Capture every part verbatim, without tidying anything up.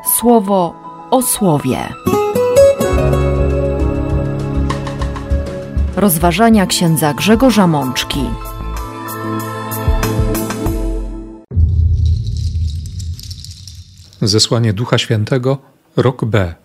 Słowo o słowie. Rozważania księdza Grzegorza Mączki. Zesłanie Ducha Świętego, rok B.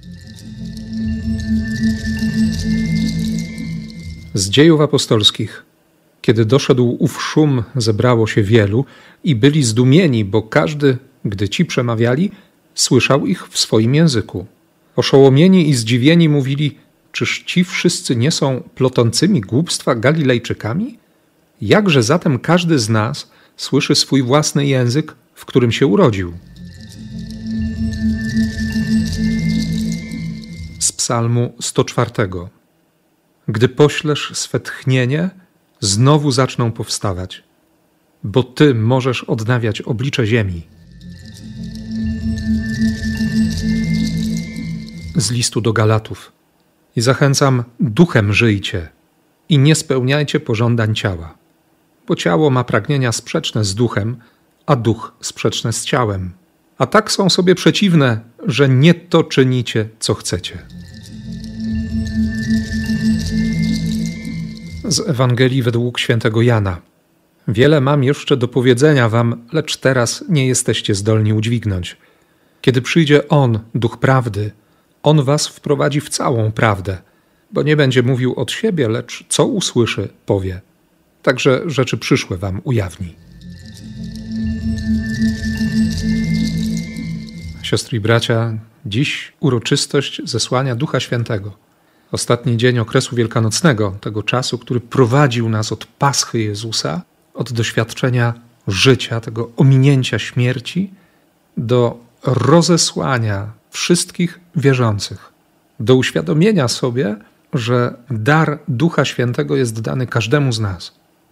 Z Dziejów Apostolskich. Kiedy doszedł ów szum, zebrało się wielu i byli zdumieni, bo każdy, gdy ci przemawiali, słyszał ich w swoim języku. Oszołomieni i zdziwieni mówili: czyż ci wszyscy nie są plotącymi głupstwa Galilejczykami? Jakże zatem każdy z nas słyszy swój własny język, w którym się urodził? Z Psalmu sto czwartego. Gdy poślesz swe tchnienie, znowu zaczną powstawać, bo Ty możesz odnawiać oblicze ziemi. Z listu do Galatów. I zachęcam: duchem żyjcie i nie spełniajcie pożądań ciała, bo ciało ma pragnienia sprzeczne z duchem, a duch sprzeczne z ciałem. A tak są sobie przeciwne, że nie to czynicie, co chcecie. Z Ewangelii według świętego Jana. Wiele mam jeszcze do powiedzenia wam, lecz teraz nie jesteście zdolni udźwignąć. Kiedy przyjdzie On, Duch Prawdy, On was wprowadzi w całą prawdę, bo nie będzie mówił od siebie, lecz co usłyszy, powie. Także rzeczy przyszłe wam ujawni. Siostry i bracia, dziś uroczystość zesłania Ducha Świętego. Ostatni dzień okresu wielkanocnego, tego czasu, który prowadził nas od Paschy Jezusa, od doświadczenia życia, tego ominięcia śmierci, do rozesłania wszystkich wierzących, do uświadomienia sobie, że dar Ducha Świętego jest dany każdemu z nas.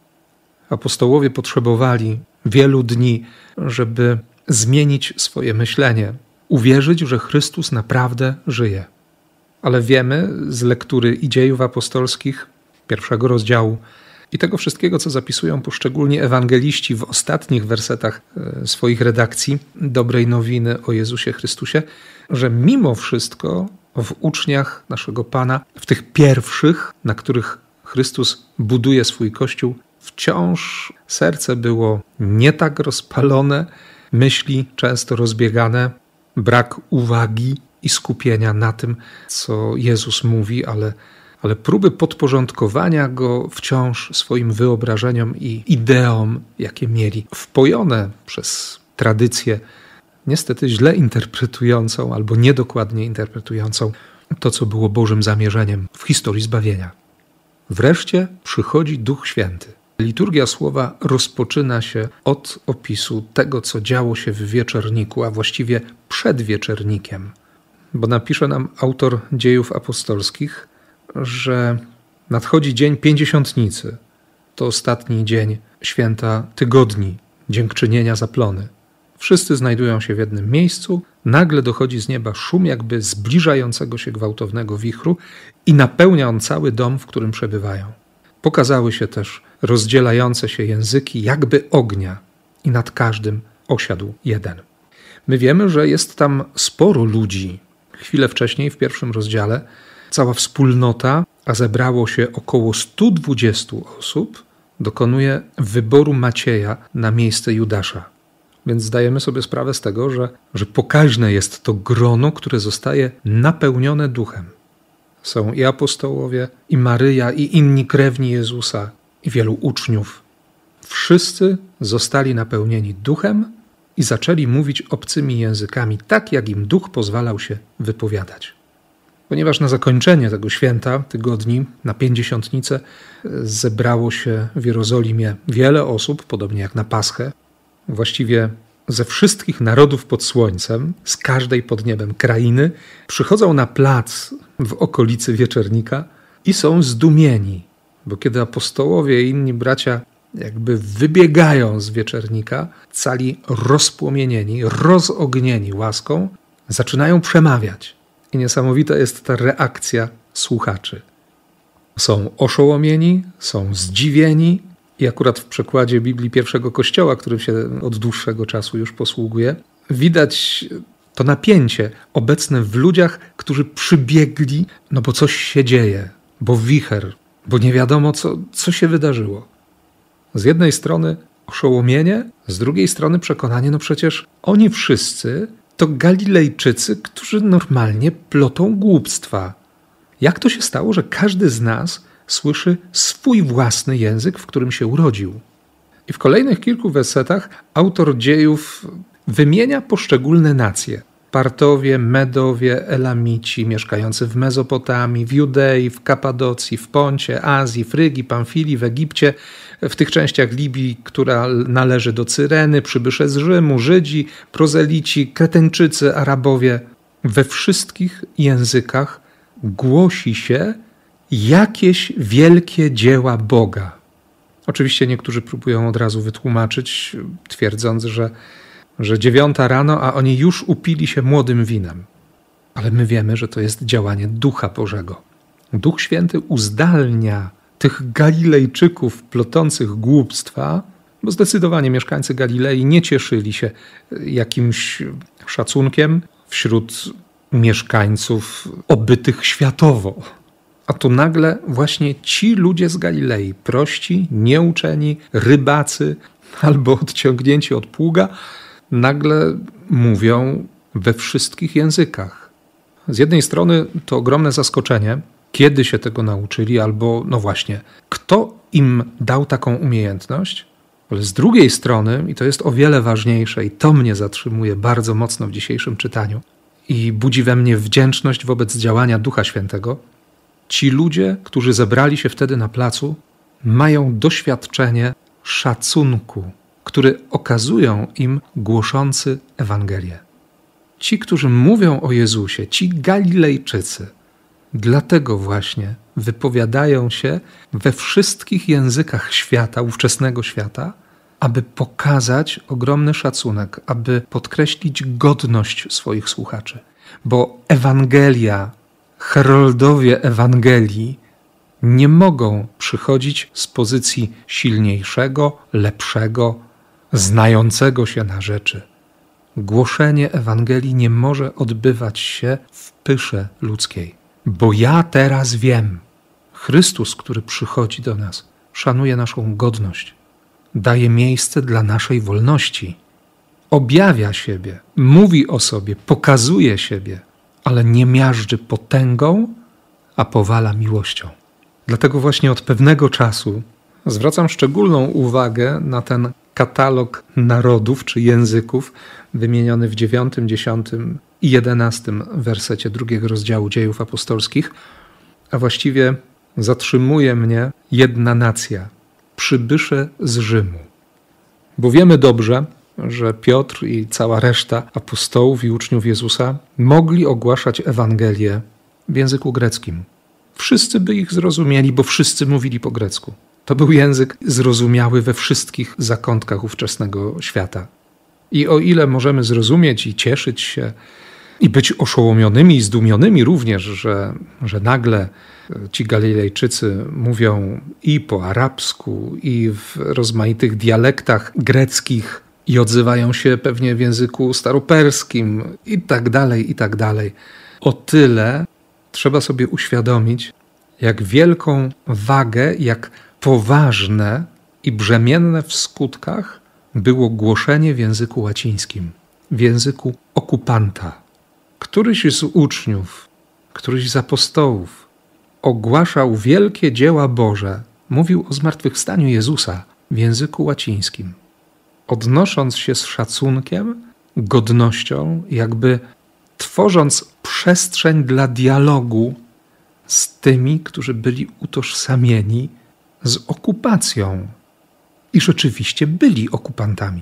Apostołowie potrzebowali wielu dni, żeby zmienić swoje myślenie, uwierzyć, że Chrystus naprawdę żyje. Ale wiemy z lektury i Dziejów Apostolskich, pierwszego rozdziału, i tego wszystkiego, co zapisują poszczególni ewangeliści w ostatnich wersetach swoich redakcji Dobrej Nowiny o Jezusie Chrystusie, że mimo wszystko w uczniach naszego Pana, w tych pierwszych, na których Chrystus buduje swój Kościół, wciąż serce było nie tak rozpalone, myśli często rozbiegane, brak uwagi i skupienia na tym, co Jezus mówi, ale, ale próby podporządkowania Go wciąż swoim wyobrażeniom i ideom, jakie mieli, wpojone przez tradycję, niestety źle interpretującą albo niedokładnie interpretującą to, co było Bożym zamierzeniem w historii zbawienia. Wreszcie przychodzi Duch Święty. Liturgia słowa rozpoczyna się od opisu tego, co działo się w wieczorniku, a właściwie przed wieczornikiem. Bo napisze nam autor Dziejów Apostolskich, że nadchodzi dzień Pięćdziesiątnicy. To ostatni dzień święta tygodni, dziękczynienia za plony. Wszyscy znajdują się w jednym miejscu, nagle dochodzi z nieba szum jakby zbliżającego się gwałtownego wichru i napełnia on cały dom, w którym przebywają. Pokazały się też rozdzielające się języki jakby ognia i nad każdym osiadł jeden. My wiemy, że jest tam sporo ludzi. Chwilę wcześniej, w pierwszym rozdziale, cała wspólnota, a zebrało się około stu dwudziestu osób, dokonuje wyboru Macieja na miejsce Judasza. Więc zdajemy sobie sprawę z tego, że, że pokaźne jest to grono, które zostaje napełnione duchem. Są i apostołowie, i Maryja, i inni krewni Jezusa, i wielu uczniów. Wszyscy zostali napełnieni duchem i zaczęli mówić obcymi językami, tak jak im duch pozwalał się wypowiadać. Ponieważ na zakończenie tego święta, tygodni, na Pięćdziesiątnicę, zebrało się w Jerozolimie wiele osób, podobnie jak na Paschę, właściwie ze wszystkich narodów pod słońcem, z każdej pod niebem krainy, przychodzą na plac w okolicy wieczornika i są zdumieni, bo kiedy apostołowie i inni bracia jakby wybiegają z wieczornika, cali rozpłomienieni, rozognieni łaską, zaczynają przemawiać. I niesamowita jest ta reakcja słuchaczy. Są oszołomieni, są zdziwieni i akurat w przekładzie Biblii pierwszego Kościoła, którym się od dłuższego czasu już posługuje, widać To napięcie obecne w ludziach, którzy przybiegli, no bo coś się dzieje, bo wicher, bo nie wiadomo, co, co się wydarzyło. Z jednej strony oszołomienie, z drugiej strony przekonanie, no przecież oni wszyscy to Galilejczycy, którzy normalnie plotą głupstwa. Jak to się stało, że każdy z nas słyszy swój własny język, w którym się urodził? I w kolejnych kilku wersetach autor dziejów wymienia poszczególne nacje. Partowie, Medowie, Elamici, mieszkający w Mezopotamii, w Judei, w Kapadocji, w Poncie, Azji, Frygii, Pamfilii, w Egipcie, w tych częściach Libii, która należy do Cyreny, przybysze z Rzymu, Żydzi, prozelici, Kreteńczycy, Arabowie. We wszystkich językach głosi się jakieś wielkie dzieła Boga. Oczywiście niektórzy próbują od razu wytłumaczyć, twierdząc, że że dziewiąta rano, a oni już upili się młodym winem. Ale my wiemy, że to jest działanie Ducha Bożego. Duch Święty uzdalnia tych Galilejczyków plotących głupstwa, bo zdecydowanie mieszkańcy Galilei nie cieszyli się jakimś szacunkiem wśród mieszkańców obytych światowo. A tu nagle właśnie ci ludzie z Galilei, prości, nieuczeni, rybacy albo odciągnięci od pługa, nagle mówią we wszystkich językach. Z jednej strony to ogromne zaskoczenie, kiedy się tego nauczyli, albo no właśnie, kto im dał taką umiejętność, ale z drugiej strony, i to jest o wiele ważniejsze i to mnie zatrzymuje bardzo mocno w dzisiejszym czytaniu i budzi we mnie wdzięczność wobec działania Ducha Świętego, ci ludzie, którzy zebrali się wtedy na placu, mają doświadczenie szacunku, który okazują im głoszący Ewangelię. Ci, którzy mówią o Jezusie, ci Galilejczycy, dlatego właśnie wypowiadają się we wszystkich językach świata, ówczesnego świata, aby pokazać ogromny szacunek, aby podkreślić godność swoich słuchaczy. Bo Ewangelia, heroldowie Ewangelii nie mogą przychodzić z pozycji silniejszego, lepszego, znającego się na rzeczy. Głoszenie Ewangelii nie może odbywać się w pysze ludzkiej. Bo ja teraz wiem. Chrystus, który przychodzi do nas, szanuje naszą godność. Daje miejsce dla naszej wolności. Objawia siebie, mówi o sobie, pokazuje siebie, ale nie miażdży potęgą, a powala miłością. Dlatego właśnie od pewnego czasu zwracam szczególną uwagę na ten katalog narodów czy języków wymieniony w dziewiątym, dziesiątym i jedenastym wersecie drugiego rozdziału Dziejów Apostolskich, a właściwie zatrzymuje mnie jedna nacja, przybysze z Rzymu. Bo wiemy dobrze, że Piotr i cała reszta apostołów i uczniów Jezusa mogli ogłaszać Ewangelię w języku greckim. Wszyscy by ich zrozumieli, bo wszyscy mówili po grecku. To był język zrozumiały we wszystkich zakątkach ówczesnego świata. I o ile możemy zrozumieć i cieszyć się i być oszołomionymi i zdumionymi również, że, że nagle ci Galilejczycy mówią i po arabsku, i w rozmaitych dialektach greckich i odzywają się pewnie w języku staroperskim i tak dalej, i tak dalej. O tyle trzeba sobie uświadomić, jak wielką wagę, jak poważne i brzemienne w skutkach było głoszenie w języku łacińskim, w języku okupanta. Któryś z uczniów, któryś z apostołów ogłaszał wielkie dzieła Boże, mówił o zmartwychwstaniu Jezusa w języku łacińskim, odnosząc się z szacunkiem, godnością, jakby tworząc przestrzeń dla dialogu z tymi, którzy byli utożsamieni z okupacją i rzeczywiście byli okupantami.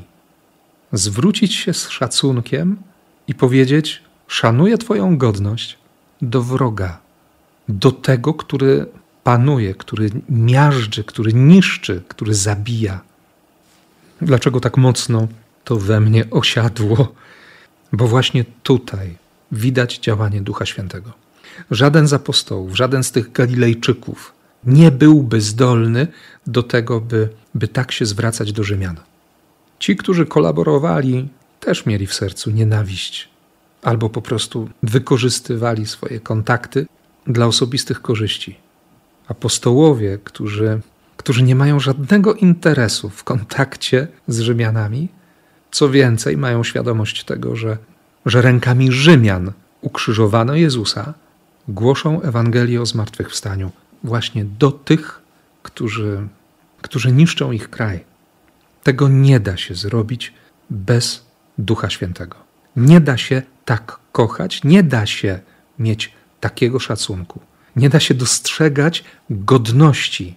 Zwrócić się z szacunkiem i powiedzieć: szanuję Twoją godność do wroga, do tego, który panuje, który miażdży, który niszczy, który zabija. Dlaczego tak mocno to we mnie osiadło? Bo właśnie tutaj widać działanie Ducha Świętego. Żaden z apostołów, żaden z tych Galilejczyków nie byłby zdolny do tego, by, by tak się zwracać do Rzymian. Ci, którzy kolaborowali, też mieli w sercu nienawiść. albo po prostu wykorzystywali swoje kontakty dla osobistych korzyści. Apostołowie, którzy, którzy nie mają żadnego interesu w kontakcie z Rzymianami, co więcej, mają świadomość tego, że, że rękami Rzymian ukrzyżowano Jezusa, głoszą Ewangelię o zmartwychwstaniu właśnie do tych, którzy, którzy niszczą ich kraj. Tego nie da się zrobić bez Ducha Świętego. Nie da się tak kochać, nie da się mieć takiego szacunku. Nie da się dostrzegać godności.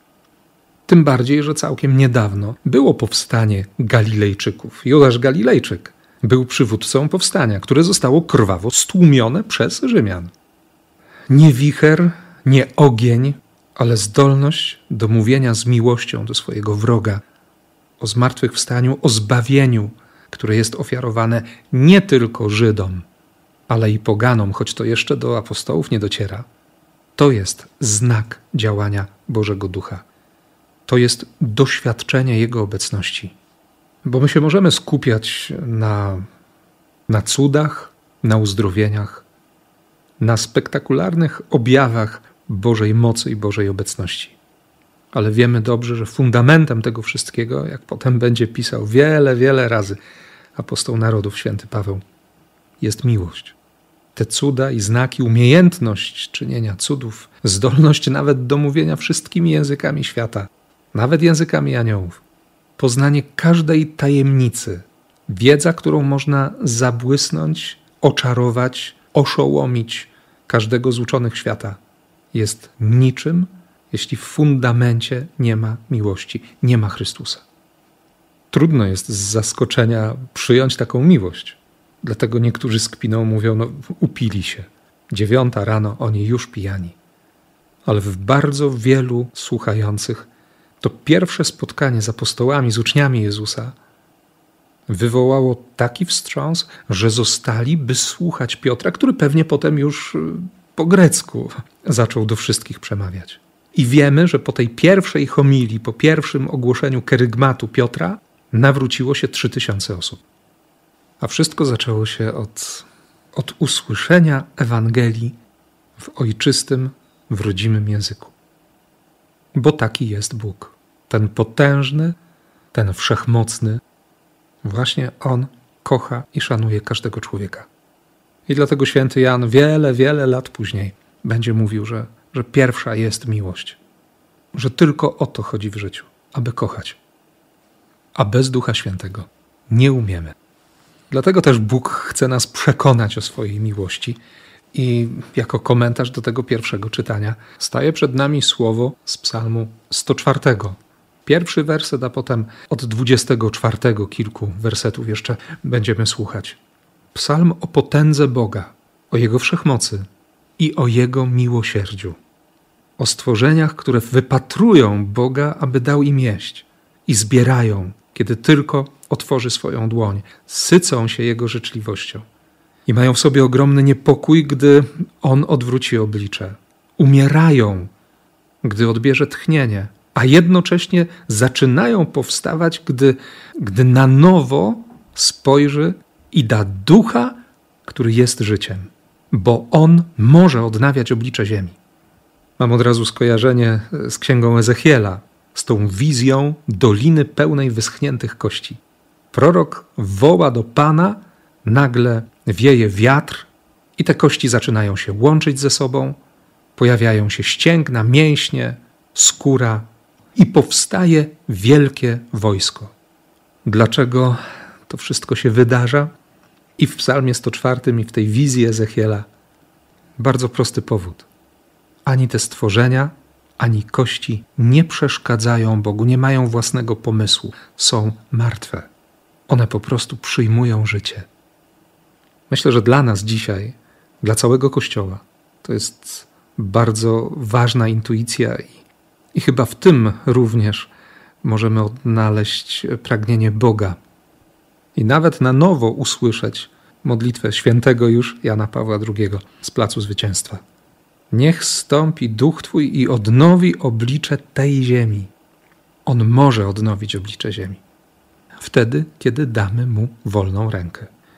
Tym bardziej, że całkiem niedawno było powstanie Galilejczyków. Judasz Galilejczyk był przywódcą powstania, które zostało krwawo stłumione przez Rzymian. Nie wicher, nie ogień, ale zdolność do mówienia z miłością do swojego wroga, o zmartwychwstaniu, o zbawieniu, które jest ofiarowane nie tylko Żydom, ale i poganom, choć to jeszcze do apostołów nie dociera. To jest znak działania Bożego Ducha. To jest doświadczenie Jego obecności. Bo my się możemy skupiać na, na cudach, na uzdrowieniach, na spektakularnych objawach Bożej mocy i Bożej obecności. Ale wiemy dobrze, że fundamentem tego wszystkiego, jak potem będzie pisał wiele, wiele razy apostoł narodów święty Paweł, jest miłość. Te cuda i znaki, umiejętność czynienia cudów, zdolność nawet do mówienia wszystkimi językami świata, nawet językami aniołów, poznanie każdej tajemnicy, wiedza, którą można zabłysnąć, oczarować, oszołomić każdego z uczonych świata, jest niczym, jeśli w fundamencie nie ma miłości, nie ma Chrystusa. Trudno jest z zaskoczenia przyjąć taką miłość. Dlatego niektórzy z kpiną mówią, no upili się. Dziewiąta rano, oni już pijani. Ale w bardzo wielu słuchających to pierwsze spotkanie z apostołami, z uczniami Jezusa wywołało taki wstrząs, że zostali, by słuchać Piotra, który pewnie potem już po grecku zaczął do wszystkich przemawiać. I wiemy, że po tej pierwszej homilii, po pierwszym ogłoszeniu kerygmatu Piotra nawróciło się trzy tysiące osób. A wszystko zaczęło się od, od usłyszenia Ewangelii w ojczystym, w rodzimym języku. Bo taki jest Bóg. Ten potężny, ten wszechmocny, właśnie On kocha i szanuje każdego człowieka. I dlatego święty Jan wiele, wiele lat później będzie mówił, że, że pierwsza jest miłość. Że tylko o to chodzi w życiu, aby kochać. A bez Ducha Świętego nie umiemy. Dlatego też Bóg chce nas przekonać o swojej miłości i jako komentarz do tego pierwszego czytania staje przed nami słowo z psalmu sto czwartego. Pierwszy werset, a potem od dwudziestego czwartego kilku wersetów jeszcze będziemy słuchać. Psalm o potędze Boga, o Jego wszechmocy i o Jego miłosierdziu. O stworzeniach, które wypatrują Boga, aby dał im jeść i zbierają, kiedy tylko otworzy swoją dłoń, sycą się Jego życzliwością i mają w sobie ogromny niepokój, gdy On odwróci oblicze. Umierają, gdy odbierze tchnienie, a jednocześnie zaczynają powstawać, gdy, gdy na nowo spojrzy i da ducha, który jest życiem, bo On może odnawiać oblicze ziemi. Mam od razu skojarzenie z księgą Ezechiela, z tą wizją doliny pełnej wyschniętych kości. Prorok woła do Pana, nagle wieje wiatr i te kości zaczynają się łączyć ze sobą, pojawiają się ścięgna, mięśnie, skóra i powstaje wielkie wojsko. Dlaczego to wszystko się wydarza? I w psalmie sto czwartym i w tej wizji Ezechiela bardzo prosty powód. Ani te stworzenia, ani kości nie przeszkadzają Bogu, nie mają własnego pomysłu, są martwe. One po prostu przyjmują życie. Myślę, że dla nas dzisiaj, dla całego Kościoła, to jest bardzo ważna intuicja i, i chyba w tym również możemy odnaleźć pragnienie Boga i nawet na nowo usłyszeć modlitwę świętego już Jana Pawła drugiego z Placu Zwycięstwa. Niech zstąpi Duch Twój i odnowi oblicze tej ziemi. On może odnowić oblicze ziemi. Wtedy, kiedy damy Mu wolną rękę.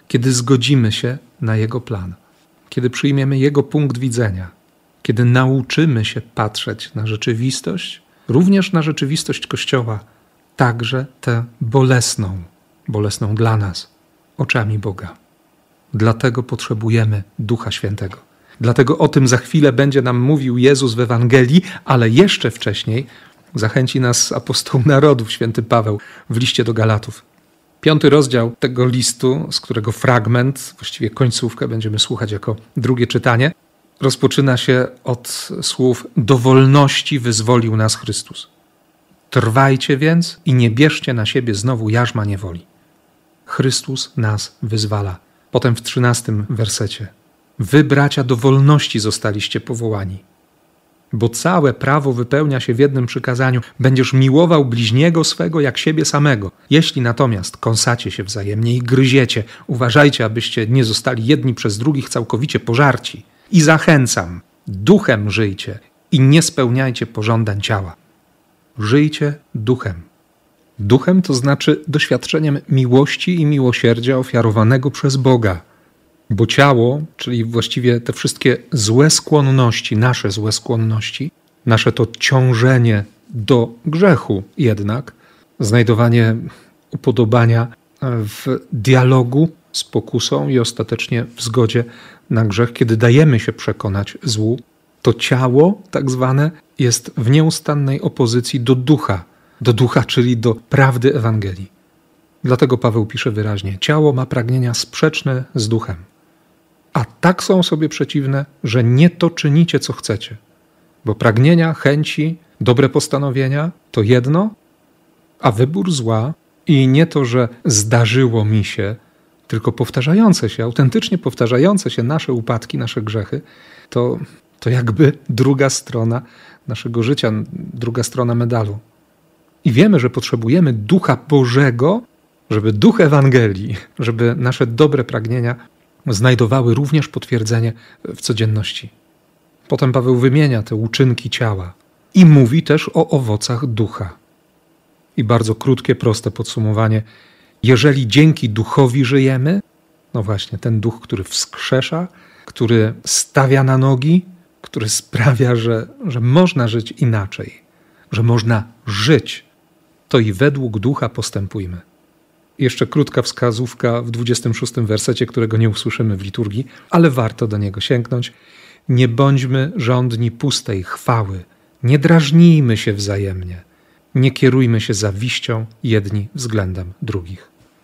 kiedy zgodzimy się na Jego plan, kiedy przyjmiemy Jego punkt widzenia, kiedy nauczymy się patrzeć na rzeczywistość, również na rzeczywistość Kościoła, także tę bolesną, bolesną dla nas, oczami Boga. Dlatego potrzebujemy Ducha Świętego. Dlatego o tym za chwilę będzie nam mówił Jezus w Ewangelii, ale jeszcze wcześniej zachęci nas apostoł narodów, święty Paweł, w liście do Galatów. Piąty rozdział tego listu, z którego fragment, właściwie końcówkę będziemy słuchać jako drugie czytanie, rozpoczyna się od słów: do wolności wyzwolił nas Chrystus. Trwajcie więc i nie bierzcie na siebie znowu jarzma niewoli. Chrystus nas wyzwala. Potem w trzynastym wersecie: wy, bracia, do wolności zostaliście powołani. Bo całe prawo wypełnia się w jednym przykazaniu: będziesz miłował bliźniego swego jak siebie samego. Jeśli natomiast kąsacie się wzajemnie i gryziecie, uważajcie, abyście nie zostali jedni przez drugich całkowicie pożarci. I zachęcam, duchem żyjcie i nie spełniajcie pożądań ciała. Żyjcie duchem. Duchem to znaczy doświadczeniem miłości i miłosierdzia ofiarowanego przez Boga. Bo ciało, czyli właściwie te wszystkie złe skłonności, nasze złe skłonności, nasze to ciążenie do grzechu jednak, znajdowanie upodobania w dialogu z pokusą i ostatecznie w zgodzie na grzech, kiedy dajemy się przekonać złu, to ciało tak zwane jest w nieustannej opozycji do ducha, do ducha, czyli do prawdy Ewangelii. Dlatego Paweł pisze wyraźnie: ciało ma pragnienia sprzeczne z duchem. A tak są sobie przeciwne, że nie to czynicie, co chcecie. Bo pragnienia, chęci, dobre postanowienia to jedno, a wybór zła i nie to, że zdarzyło mi się, tylko powtarzające się, autentycznie powtarzające się nasze upadki, nasze grzechy, to, to jakby druga strona naszego życia, druga strona medalu. I wiemy, że potrzebujemy Ducha Bożego, żeby Duch Ewangelii, żeby nasze dobre pragnienia znajdowały również potwierdzenie w codzienności. Potem Paweł wymienia te uczynki ciała i mówi też o owocach ducha. I bardzo krótkie, proste podsumowanie. Jeżeli dzięki duchowi żyjemy, no właśnie ten duch, który wskrzesza, który stawia na nogi, który sprawia, że, że można żyć inaczej, że można żyć, to i według ducha postępujmy. Jeszcze krótka wskazówka w dwudziestym szóstym wersecie, którego nie usłyszymy w liturgii, ale warto do niego sięgnąć. Nie bądźmy żądni pustej chwały, nie drażnijmy się wzajemnie, nie kierujmy się zawiścią jedni względem drugich.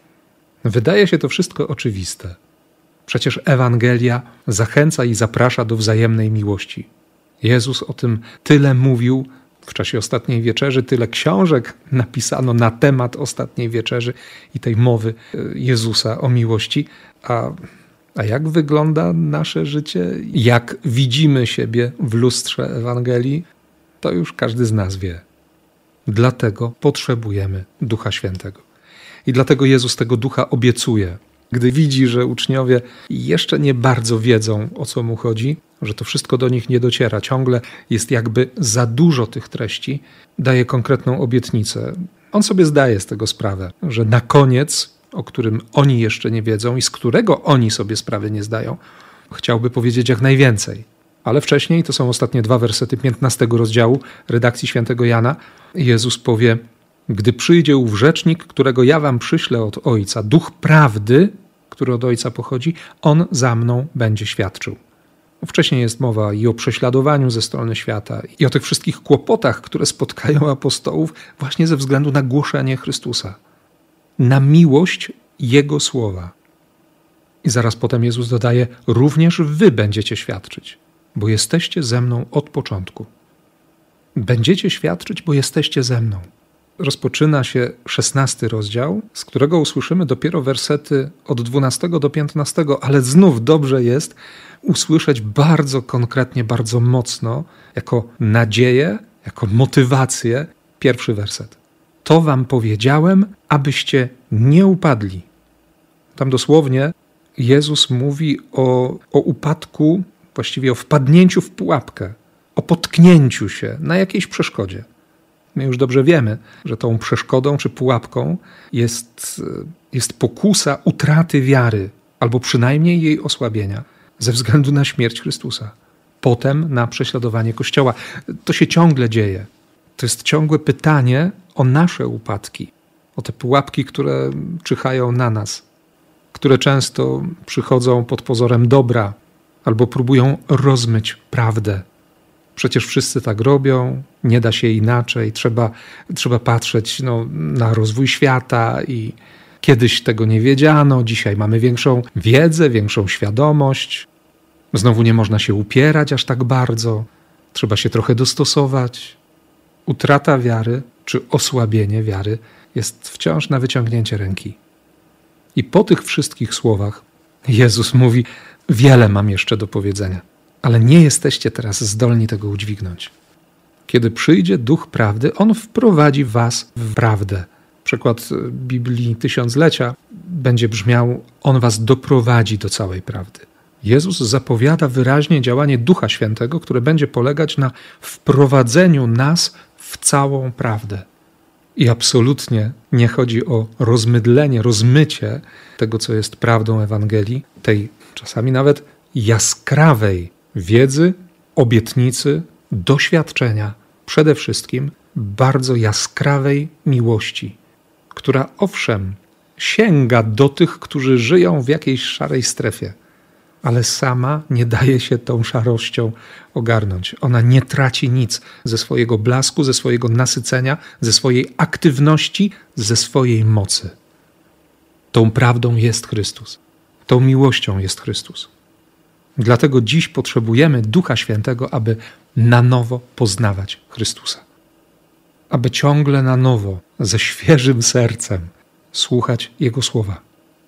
Wydaje się to wszystko oczywiste. Przecież Ewangelia zachęca i zaprasza do wzajemnej miłości. Jezus o tym tyle mówił w czasie Ostatniej Wieczerzy, tyle książek napisano na temat Ostatniej Wieczerzy i tej mowy Jezusa o miłości. A, a jak wygląda nasze życie? Jak widzimy siebie w lustrze Ewangelii? To już każdy z nas wie. Dlatego potrzebujemy Ducha Świętego. I dlatego Jezus tego Ducha obiecuje. Gdy widzi, że uczniowie jeszcze nie bardzo wiedzą, o co mu chodzi, że to wszystko do nich nie dociera, ciągle jest jakby za dużo tych treści, daje konkretną obietnicę. On sobie zdaje z tego sprawę, że na koniec, o którym oni jeszcze nie wiedzą i z którego oni sobie sprawy nie zdają, chciałby powiedzieć jak najwięcej. Ale wcześniej, to są ostatnie dwa wersety piętnastego rozdziału redakcji świętego Jana, Jezus powie: gdy przyjdzie ów rzecznik, którego ja wam przyślę od Ojca, Duch Prawdy, który od Ojca pochodzi, On za mną będzie świadczył. Wcześniej jest mowa i o prześladowaniu ze strony świata, i o tych wszystkich kłopotach, które spotkają apostołów właśnie ze względu na głoszenie Chrystusa, na miłość Jego słowa. I zaraz potem Jezus dodaje: również wy będziecie świadczyć, bo jesteście ze mną od początku. Będziecie świadczyć, bo jesteście ze mną. Rozpoczyna się szesnasty rozdział, z którego usłyszymy dopiero wersety od dwunastego do piętnastego, ale znów dobrze jest usłyszeć bardzo konkretnie, bardzo mocno, jako nadzieję, jako motywację, pierwszy werset. To wam powiedziałem, abyście nie upadli. Tam dosłownie Jezus mówi o, o upadku, właściwie o wpadnięciu w pułapkę, o potknięciu się na jakiejś przeszkodzie. My już dobrze wiemy, że tą przeszkodą czy pułapką jest, jest pokusa utraty wiary, albo przynajmniej jej osłabienia ze względu na śmierć Chrystusa, potem na prześladowanie Kościoła. To się ciągle dzieje. To jest ciągłe pytanie o nasze upadki, o te pułapki, które czyhają na nas, które często przychodzą pod pozorem dobra albo próbują rozmyć prawdę. Przecież wszyscy tak robią, nie da się inaczej, trzeba, trzeba patrzeć no, na rozwój świata i kiedyś tego nie wiedziano, dzisiaj mamy większą wiedzę, większą świadomość. Znowu nie można się upierać aż tak bardzo, trzeba się trochę dostosować. Utrata wiary czy osłabienie wiary jest wciąż na wyciągnięcie ręki. I po tych wszystkich słowach Jezus mówi: wiele mam jeszcze do powiedzenia, ale nie jesteście teraz zdolni tego udźwignąć. Kiedy przyjdzie Duch Prawdy, On wprowadzi was w prawdę. Przykład Biblii Tysiąclecia będzie brzmiał: On was doprowadzi do całej prawdy. Jezus zapowiada wyraźnie działanie Ducha Świętego, które będzie polegać na wprowadzeniu nas w całą prawdę. I absolutnie nie chodzi o rozmydlenie, rozmycie tego, co jest prawdą Ewangelii, tej czasami nawet jaskrawej wiedzy, obietnicy, doświadczenia, przede wszystkim bardzo jaskrawej miłości, która owszem sięga do tych, którzy żyją w jakiejś szarej strefie, ale sama nie daje się tą szarością ogarnąć. Ona nie traci nic ze swojego blasku, ze swojego nasycenia, ze swojej aktywności, ze swojej mocy. Tą prawdą jest Chrystus. Tą miłością jest Chrystus. Dlatego dziś potrzebujemy Ducha Świętego, aby na nowo poznawać Chrystusa. Aby ciągle na nowo, ze świeżym sercem słuchać Jego słowa.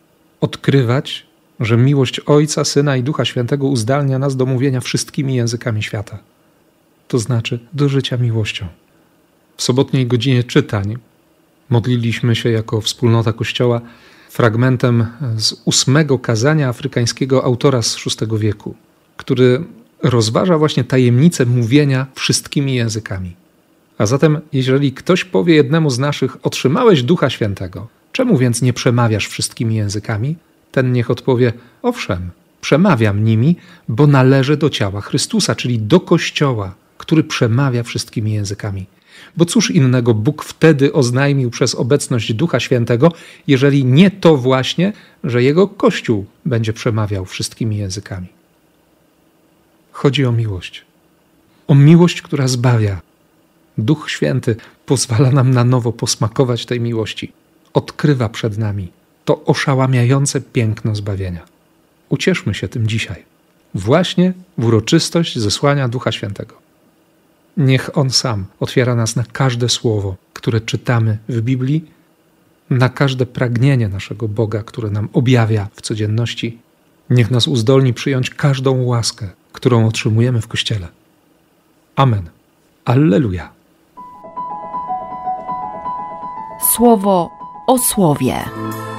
Odkrywać, że miłość Ojca, Syna i Ducha Świętego uzdalnia nas do mówienia wszystkimi językami świata. To znaczy do życia miłością. W sobotniej godzinie czytań modliliśmy się jako wspólnota Kościoła fragmentem z ósmego kazania afrykańskiego autora z szóstego wieku, który rozważa właśnie tajemnicę mówienia wszystkimi językami. A zatem, jeżeli ktoś powie jednemu z naszych: otrzymałeś Ducha Świętego, czemu więc nie przemawiasz wszystkimi językami? Ten niech odpowie: owszem, przemawiam nimi, bo należę do ciała Chrystusa, czyli do Kościoła, który przemawia wszystkimi językami. Bo cóż innego Bóg wtedy oznajmił przez obecność Ducha Świętego, jeżeli nie to właśnie, że Jego Kościół będzie przemawiał wszystkimi językami. Chodzi o miłość. O miłość, która zbawia. Duch Święty pozwala nam na nowo posmakować tej miłości. Odkrywa przed nami to oszałamiające piękno zbawienia. Ucieszmy się tym dzisiaj. Właśnie w uroczystość zesłania Ducha Świętego. Niech On sam otwiera nas na każde słowo, które czytamy w Biblii, na każde pragnienie naszego Boga, które nam objawia w codzienności. Niech nas uzdolni przyjąć każdą łaskę, którą otrzymujemy w Kościele. Amen. Alleluja. Słowo o słowie.